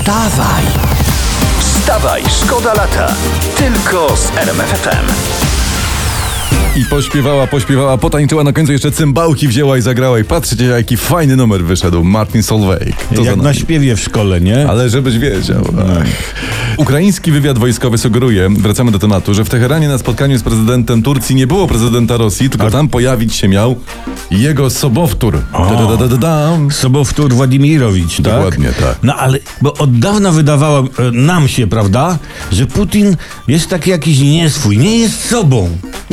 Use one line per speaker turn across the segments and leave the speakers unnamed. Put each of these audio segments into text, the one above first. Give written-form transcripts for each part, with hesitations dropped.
Wstawaj! Wstawaj, szkoda lata. Tylko z RMF FM.
I pośpiewała, potańczyła, na końcu jeszcze cymbałki wzięła i zagrała. I patrzcie, jaki fajny numer wyszedł. Martin Solveig.
Jak na śpiewie w szkole, nie?
Ale żebyś wiedział. Ukraiński wywiad wojskowy sugeruje, wracamy do tematu, że w Teheranie na spotkaniu z prezydentem Turcji nie było prezydenta Rosji, tylko tam pojawić się miał jego sobowtór.
Sobowtór Władimirowicz, tak?
Dokładnie, tak.
No ale, bo od dawna wydawało nam się, prawda, że Putin jest taki jakiś nieswój, nie jest sobą.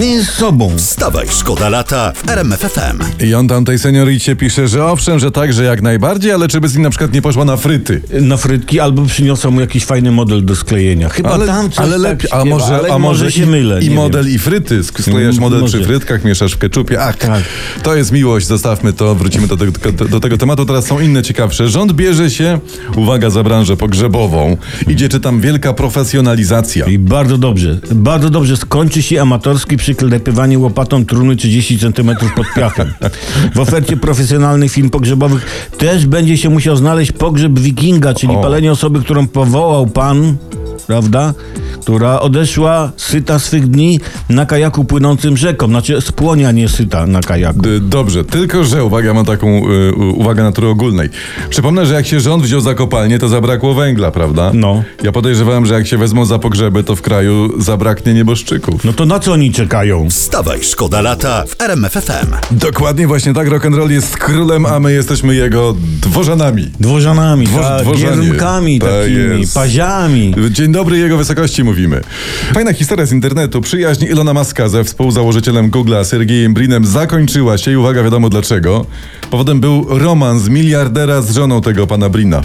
Wstawaj, szkoda lata w RMF FM.
I on tam tej senioricie pisze, że owszem, że tak, że jak najbardziej, ale czy by z nim na przykład nie poszła na fryty?
Na frytki albo przyniosła mu jakiś fajny model do sklejenia. Chyba tam coś
lepiej,
tak śpiewa,
a może
się mylę.
I model i fryty. Sklejasz model przy frytkach, mieszasz w keczupie. Ach,
tak.
To jest miłość, zostawmy to, wrócimy do tego tematu. Teraz są inne ciekawsze. Rząd bierze się, uwaga, za branżę pogrzebową. Idzie, czytam, wielka profesjonalizacja.
I bardzo dobrze skończy się amatorski przyklepywanie łopatą trumny 30 cm pod piachem. W ofercie profesjonalnych firm pogrzebowych też będzie się musiał znaleźć pogrzeb wikinga, czyli palenie osoby, którą powołał pan, prawda? Która odeszła syta swych dni na kajaku płynącym rzeką. Znaczy spłonia nie syta na kajaku.
Dobrze, tylko że, uwaga, mam taką uwagę natury ogólnej. Przypomnę, że jak się rząd wziął za kopalnię, to zabrakło węgla, prawda?
No.
Ja podejrzewałem, że jak się wezmą za pogrzeby, to w kraju zabraknie nieboszczyków.
No to na co oni czekają?
Wstawaj, szkoda lata w RMF FM.
Dokładnie właśnie tak, rock'n'roll jest królem, a my jesteśmy jego dworzanami.
Dworzanami,
Dworzanie.
gierunkami takimi,
jest.
paziami.
Dzień dobry, jego wysokości mówimy. Fajna historia z internetu. Przyjaźń Ilona Muska ze współzałożycielem Google'a Sergejem Brinem zakończyła się i uwaga, wiadomo dlaczego. Powodem był romans miliardera z żoną tego pana Brina.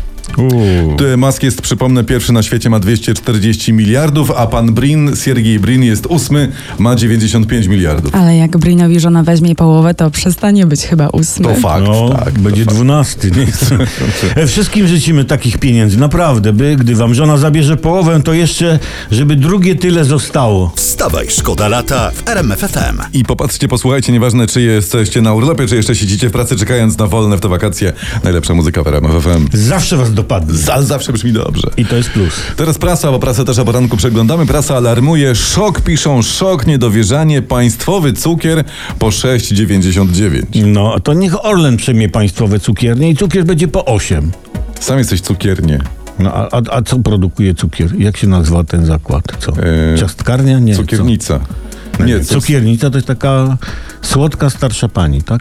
Musk jest, przypomnę, pierwszy na świecie, ma 240 miliardów, a pan Brin, Sergiej Brin, jest 8, ma 95 miliardów.
Ale jak Brinowi żona weźmie połowę, to przestanie być chyba 8.
To fakt, tak.
Będzie 12, nie? Wszystkim życzymy takich pieniędzy, naprawdę, gdy wam żona zabierze połowę, to jeszcze, żeby drugie tyle zostało.
Wstawaj, szkoda lata w RMF FM.
I popatrzcie, posłuchajcie, nieważne czy jesteście na urlopie, czy jeszcze siedzicie w pracy, czekając na wolne w te wakacje, najlepsza muzyka w RMF FM.
Zawsze was dopadnie.
Zawsze brzmi dobrze.
I to jest plus.
Teraz prasa, bo prasę też o poranku przeglądamy. Prasa alarmuje, piszą, niedowierzanie, państwowy cukier po 6,99.
No, to niech Orlen przejmie państwowe cukiernie i cukier będzie po 8.
Sam jesteś cukiernie.
No, a co produkuje cukier? Jak się nazywa ten zakład? Co? Ciastkarnia? Nie.
Cukiernica.
Co? Nie, cukiernica to jest taka słodka starsza pani, tak?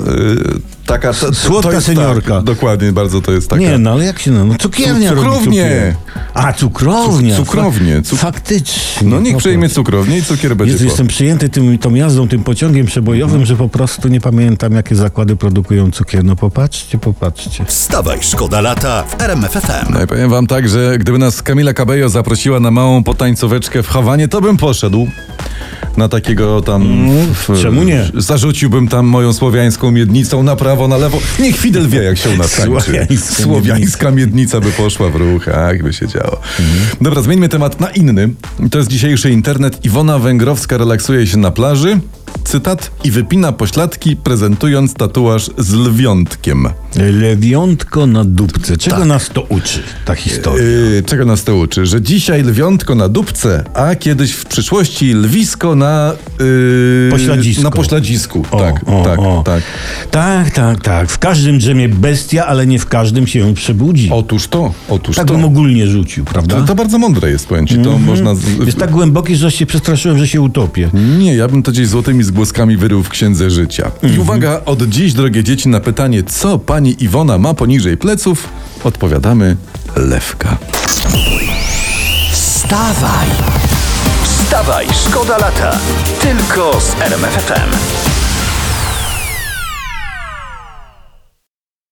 Taka
słodka
to jest
seniorka.
Tak, dokładnie, bardzo to jest taka.
Nie, no ale jak się no cukiernia robi
cukrownie.
A, cukrownia.
Cukrownie.
Faktycznie.
No niech przejmie cukrownię i cukier będzie.
Jestem przyjęty tą jazdą, tym pociągiem przebojowym, że po prostu nie pamiętam, jakie zakłady produkują cukier. No popatrzcie.
Wstawaj, szkoda lata w RMF FM.
No i powiem wam tak, że gdyby nas Camila Cabello zaprosiła na małą potańcóweczkę w Hawanie, to bym poszedł. Na takiego tam...
Czemu nie?
Zarzuciłbym tam moją słowiańską miednicą na prawo, na lewo. Niech Fidel wie, jak się u nas tańczy. Słowiańska miednica by poszła w ruch, jak by się działo. Dobra, zmieńmy temat na inny. To jest dzisiejszy internet. Iwona Węgrowska relaksuje się na plaży. Cytat. I wypina pośladki, prezentując tatuaż z lwiątkiem.
Lwiątko na dupce. Czego nas to uczy, ta historia?
Czego nas to uczy? Że dzisiaj lwiątko na dupce, a kiedyś w przyszłości lwisko na...
Pośladzisku.
Na pośladzisku.
Tak. W każdym drzemie bestia, ale nie w każdym się przebudzi.
Otóż to.
Tak bym ogólnie rzucił, prawda?
To bardzo mądre jest, powiem ci. To można...
Jest tak głęboki, że się przestraszyłem, że się utopię.
Nie, ja bym to gdzieś złotymi zgłoskami wyrył w księdze życia. I uwaga, od dziś, drogie dzieci, na pytanie, co pani Iwona ma poniżej pleców, odpowiadamy: lewka.
Wstawaj, szkoda lata. Tylko z RMF FM.